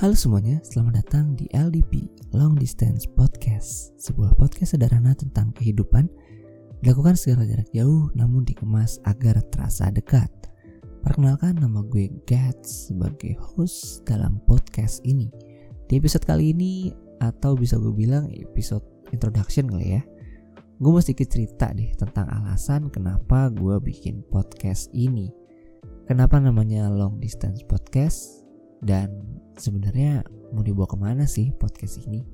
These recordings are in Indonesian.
Halo semuanya, selamat datang di LDP, Long Distance Podcast. Sebuah podcast sederhana tentang kehidupan, dilakukan secara jarak jauh namun dikemas agar terasa dekat. Perkenalkan, nama gue Gats sebagai host dalam podcast ini. Di episode kali ini, atau bisa gue bilang episode introduction kali ya, gue mau sedikit cerita deh tentang alasan kenapa gue bikin podcast ini. Kenapa namanya Long Distance Podcast, dan sebenarnya mau dibawa kemana sih podcast ini?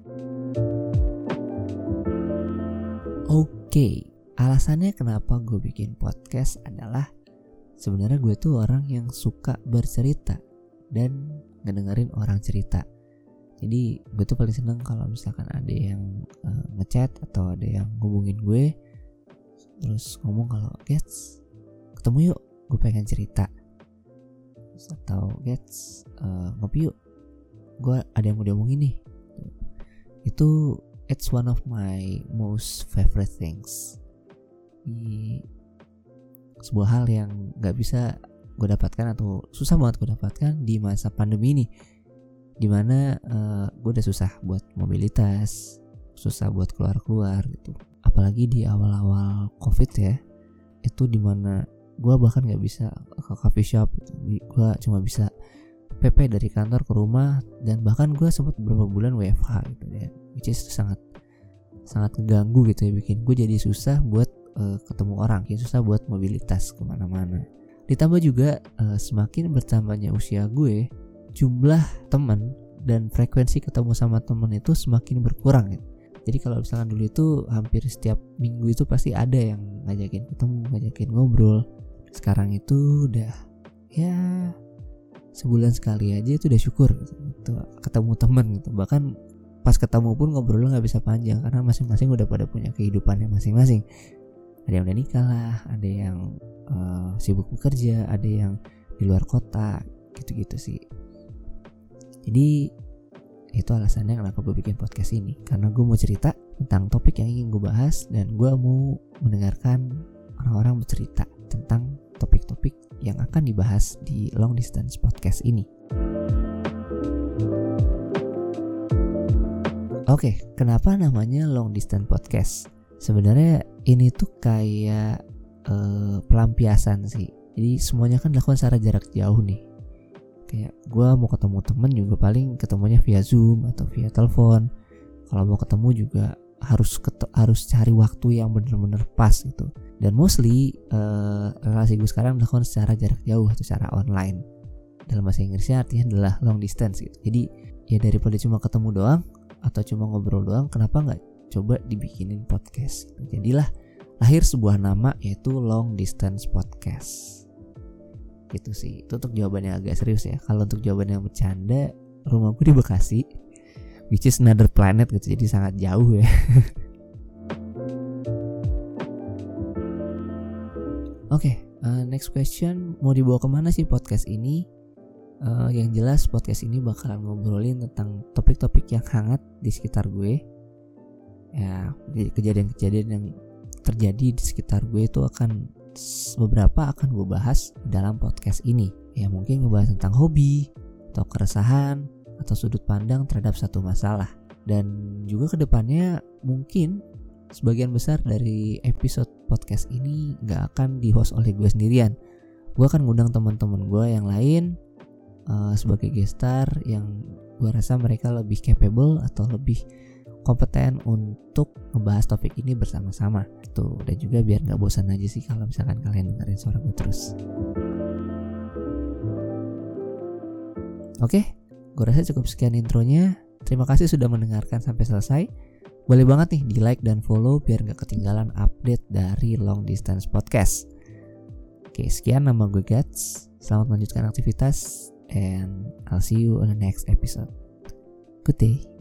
Oke, alasannya kenapa gue bikin podcast adalah sebenarnya gue tuh orang yang suka bercerita dan ngedengerin orang cerita. Jadi gue tuh paling seneng kalau misalkan ada yang ngechat atau ada yang hubungin gue, terus ngomong kalau Gets, ketemu yuk, gue pengen cerita. Atau Gets, ngopi yuk, gue ada yang mau diomongin nih. Itu it's one of my most favorite things. Di sebuah hal yang gak bisa gue dapatkan atau susah banget gue dapatkan di masa pandemi ini, dimana gue udah susah buat mobilitas, susah buat keluar-keluar gitu. Apalagi di awal-awal COVID ya, itu dimana gue bahkan gak bisa ke coffee shop gitu. Gue cuma bisa PP dari kantor ke rumah, dan bahkan gue sempat beberapa bulan WFH gitu ya, which is sangat ngeganggu gitu ya, bikin gue jadi susah buat ketemu orang, susah buat mobilitas kemana-mana. Ditambah juga semakin bertambahnya usia gue, jumlah teman dan frekuensi ketemu sama teman itu semakin berkurang gitu. Jadi kalau misalkan dulu itu hampir setiap minggu itu pasti ada yang ngajakin ketemu, ngajakin ngobrol. Sekarang itu udah ya sebulan sekali aja itu udah syukur gitu, ketemu teman gitu. Bahkan pas ketemu pun ngobrolnya gak bisa panjang karena masing-masing udah pada punya kehidupannya masing-masing. Ada yang udah nikah lah, ada yang sibuk bekerja, ada yang di luar kota, gitu-gitu sih. Jadi itu alasannya kenapa gue bikin podcast ini, karena gue mau cerita tentang topik yang ingin gue bahas, dan gue mau mendengarkan orang-orang bercerita tentang topik-topik yang akan dibahas di Long Distance Podcast ini. Oke, kenapa namanya Long Distance Podcast? Sebenarnya ini tuh kayak pelampiasan sih. Jadi semuanya kan dilakukan secara jarak jauh nih. Kayak gue mau ketemu temen juga paling ketemunya via Zoom atau via telepon. Kalau mau ketemu juga harus cari waktu yang benar-benar pas gitu. Dan mostly relasi gue sekarang dilakukan secara jarak jauh atau secara online. Dalam bahasa Inggrisnya artinya adalah long distance gitu. Jadi ya daripada cuma ketemu doang atau cuma ngobrol doang, kenapa nggak coba dibikinin podcast? Jadilah lahir sebuah nama, yaitu Long Distance Podcast. Gitu sih. Itu untuk jawabannya agak serius ya. Kalau untuk jawabannya yang bercanda, rumah gue di Bekasi, which is another planet gitu, jadi sangat jauh ya. Oke, next question, mau dibawa kemana sih podcast ini? Yang jelas podcast ini bakalan ngobrolin tentang topik-topik yang hangat di sekitar gue. Ya, kejadian-kejadian yang terjadi di sekitar gue itu beberapa akan gue bahas dalam podcast ini. Ya mungkin ngebahas tentang hobi, atau keresahan, atau sudut pandang terhadap satu masalah. Dan juga kedepannya mungkin sebagian besar dari episode podcast ini gak akan di-host oleh gue sendirian. Gue akan ngundang teman-teman gue yang lain sebagai guest star yang gue rasa mereka lebih capable atau lebih kompeten untuk ngebahas topik ini bersama-sama. Tuh, dan juga biar gak bosan aja sih kalau misalkan kalian dengerin suara gue terus. Oke, gue rasa cukup sekian intronya. Terima kasih sudah mendengarkan sampai selesai. Boleh banget nih di like dan follow biar gak ketinggalan update dari Long Distance Podcast. Oke, sekian, nama gue Gats. Selamat melanjutkan aktivitas, and I'll see you on the next episode. Good day.